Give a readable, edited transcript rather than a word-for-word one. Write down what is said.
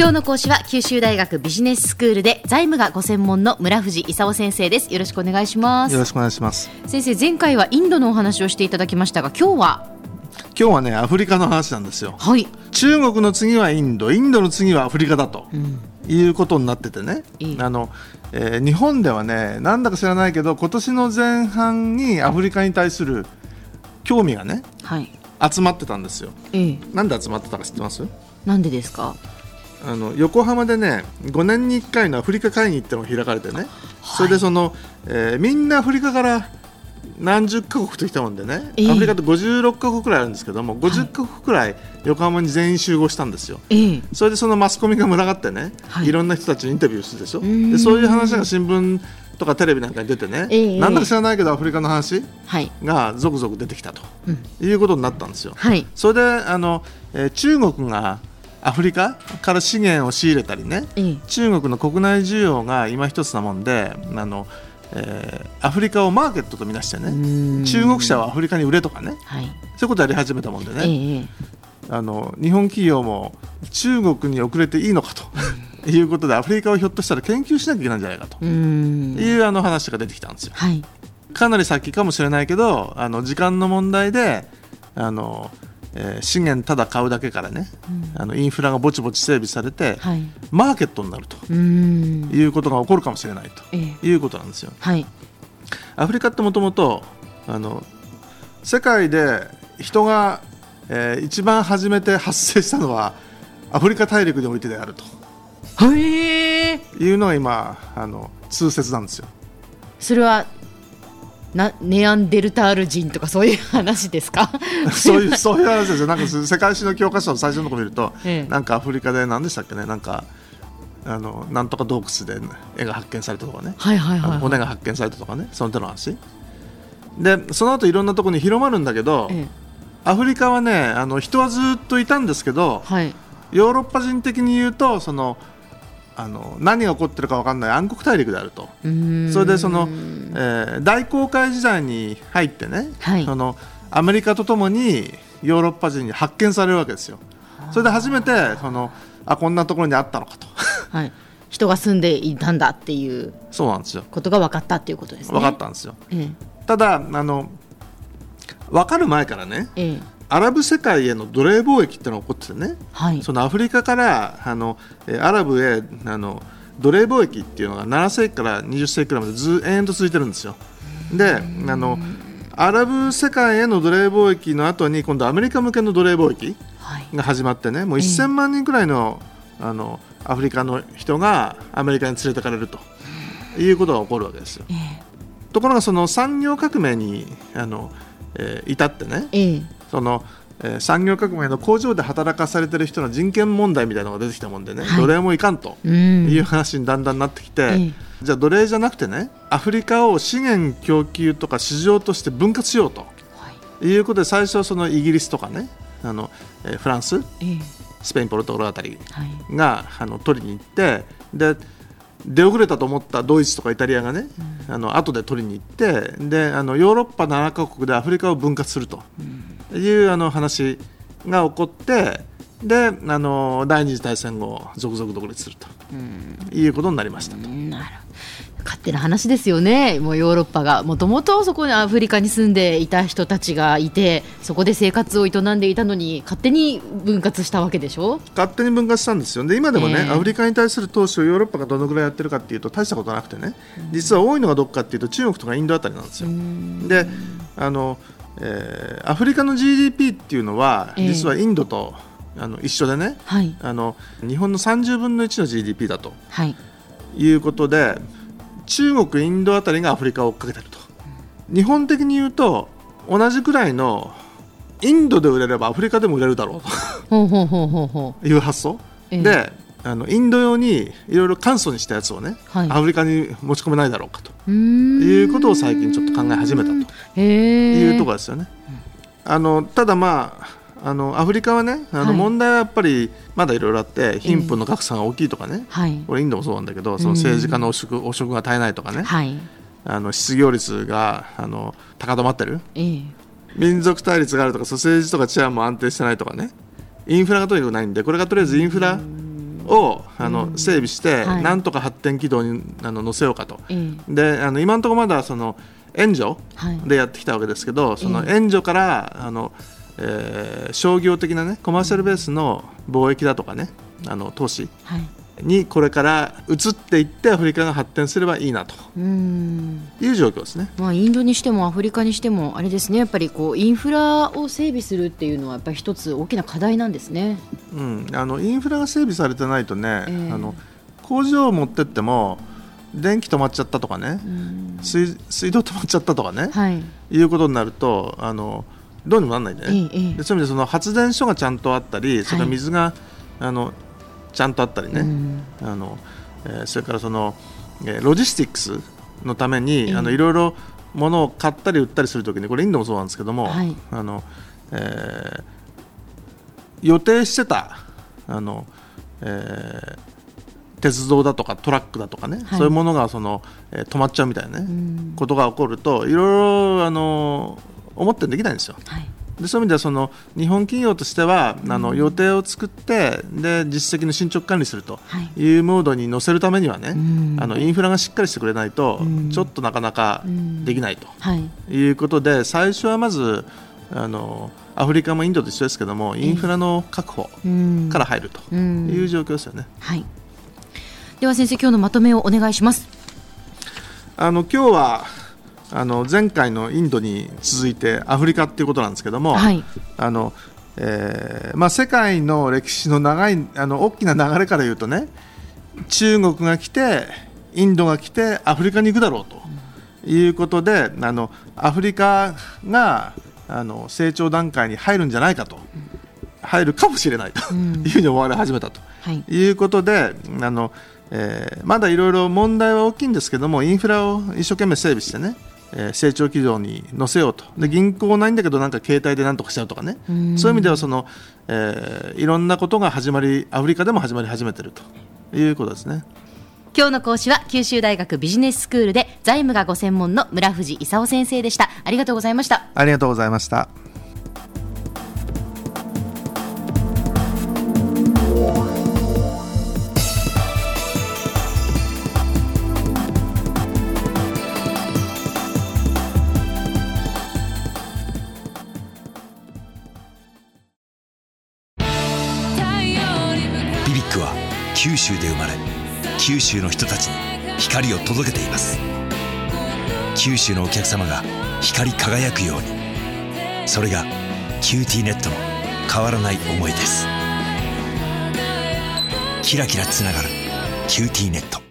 今日の講師は九州大学ビジネススクールで財務がご専門の村藤勲先生です。よろしくお願いします。 よろしくお願いします。 先生、前回はインドのお話をしていただきましたが、今日はね、アフリカの話なんですよ。 はい。 中国の次はインド、インドの次はアフリカだと、いうことになっててね、日本ではね、なんだか知らないけど今年の前半にアフリカに対する興味がね、集まってたんですよ。なんで集まってたか知ってます？ なんでですか？ 横浜でね、5年に1回のアフリカ会議ってのが開かれてね、それでみんなアフリカから何十カ国と来たもんでね、アフリカって56カ国くらいあるんですけども、50カ国くらい横浜に全員集合したんですよ。それでそのマスコミが群がってね、いろんな人たちにインタビューするでしょ。でそういう話が新聞とかテレビなんかに出てね、なんだか知らないけどアフリカの話が続々出てきたと、いうことになったんですよ。それで中国がアフリカから資源を仕入れたりね、中国の国内需要が今一つなもんで、アフリカをマーケットとみなしてね、中国車はアフリカに売れとかね、そういうことやり始めたもんでね、日本企業も中国に遅れていいのかということで、アフリカをひょっとしたら研究しなきゃいけないんじゃないかという話が出てきたんですよ。かなり先かもしれないけど、時間の問題で資源ただ買うだけからね、インフラがぼちぼち整備されて、マーケットになるということが起こるかもしれないということなんですよ。アフリカってもともと世界で人が、一番初めて発生したのはアフリカ大陸においてであるというのが今通説なんですよ。 それはネアンデルタール人とかそういう話ですか？ そういう話ですよ。なんか世界史の教科書の最初のところ見ると、なんかアフリカで何でしたっけね、なんかなんとか洞窟で絵が発見されたとかね、骨が発見されたとかね、その手の話で、その後いろんなところに広まるんだけど、アフリカはね、人はずっといたんですけど、ヨーロッパ人的に言うと何が起こってるか分かんない暗黒大陸であると。それで大航海時代に入ってね、アメリカとともにヨーロッパ人に発見されるわけですよ。それで初めてこんなところにあったのかと、 人が住んでいたんだっていうことが分かったっていうことですね。 分かったんですよ。ただ分かる前からね、アラブ世界への奴隷貿易ってのが起こっててね、そのアフリカからアラブへ奴隷貿易っていうのが7世紀から20世紀くらいまで延々と続いてるんですよ。でアラブ世界への奴隷貿易の後に今度アメリカ向けの奴隷貿易が始まってね、もう1000万人くらいのアフリカの人がアメリカに連れてかれるということが起こるわけですよ。ところがその産業革命に至ってね、産業革命の工場で働かされてる人の人権問題みたいなのが出てきたもんでね、奴隷もいかんという話にだんだんなってきて、じゃあ奴隷じゃなくてね、アフリカを資源供給とか市場として分割しようということで、最初イギリスとかね、フランス、スペイン、ポルトガルあたりが取りに行って、で出遅れたと思ったドイツとかイタリアがね、後で取りに行って、でヨーロッパ7カ国でアフリカを分割するという話が起こって、で第二次大戦後続々独立するということになりましたと。 勝手な話ですよね。もうヨーロッパがもともとそこにアフリカに住んでいた人たちがいて、そこで生活を営んでいたのに勝手に分割したわけでしょ。 勝手に分割したんですよ。で今でもね、アフリカに対する投資をヨーロッパがどのぐらいやってるかっていうと大したことなくてね、実は多いのがどこかっていうと中国とかインドあたりなんですよ。でアフリカの GDP っていうのは実はインドと一緒でね、日本の30分の1の GDP だと、いうことで、中国インドあたりがアフリカを追っかけてると。日本的に言うと同じくらいのインドで売れればアフリカでも売れるだろうという発想で、インド用にいろいろ簡素にしたやつをね、アフリカに持ち込めないだろうかということを最近ちょっと考え始めたというところですよね。ただアフリカはね、問題はやっぱりまだいろいろあって、貧富の格差が大きいとかね、これインドもそうなんだけど、その政治家の汚職が絶えないとかね、失業率が高止まってる、民族対立があるとか、政治とか治安も安定してないとかね、インフラがとにかくないんで、これがとりあえずインフラを整備して、なんとか発展軌道に乗せようかと、で今のところまだその援助でやってきたわけですけど、その援助から商業的なねコマーシャルベースの貿易だとかね投資にこれから移っていってアフリカが発展すればいいなという状況ですね。 インドにしてもアフリカにしてもあれですね、やっぱりこうインフラを整備するっていうのはやっぱり一つ大きな課題なんですね。 インフラが整備されてないとね、工場を持ってっても電気止まっちゃったとかね、水道止まっちゃったとかね、いうことになるとどうにもならないんでね、でそういう意味でその発電所がちゃんとあったり、それから水がちゃんとあったりね、それからそのロジスティックスのためにいろいろ物を買ったり売ったりするときに、これインドもそうなんですけども、予定してた鉄道だとかトラックだとかね、そういうものが止まっちゃうみたいなね、ことが起こるといろいろ思ってできないんですよ。でそういう意味ではその日本企業としては予定を作ってで実績の進捗管理するというモードに乗せるためにはね、インフラがしっかりしてくれないとちょっとなかなかできないということで、最初はまずアフリカもインドと一緒ですけども、インフラの確保から入るという状況ですよね。 では先生、今日のまとめをお願いします。 今日は前回のインドに続いてアフリカということなんですけども、世界の歴史の長い大きな流れから言うとね、中国が来てインドが来てアフリカに行くだろうということで、アフリカが成長段階に入るんじゃないかと、入るかもしれないというふうに思われ始めたということで、まだいろいろ問題は大きいんですけども、インフラを一生懸命整備してね、成長軌道に乗せようと。で銀行ないんだけどなんか携帯でなんとかしちゃうとかね、そういう意味ではいろんなことがアフリカでも始まり始めているということですね。 今日の講師は九州大学ビジネススクールで財務がご専門の村藤勲先生でした。ありがとうございました。 ありがとうございました。 ビビックは九州で生まれ、九州の人たちに光を届けています。九州のお客様が光り輝くように、それがキューティーネットの変わらない思いです。キラキラつながるキューティーネット。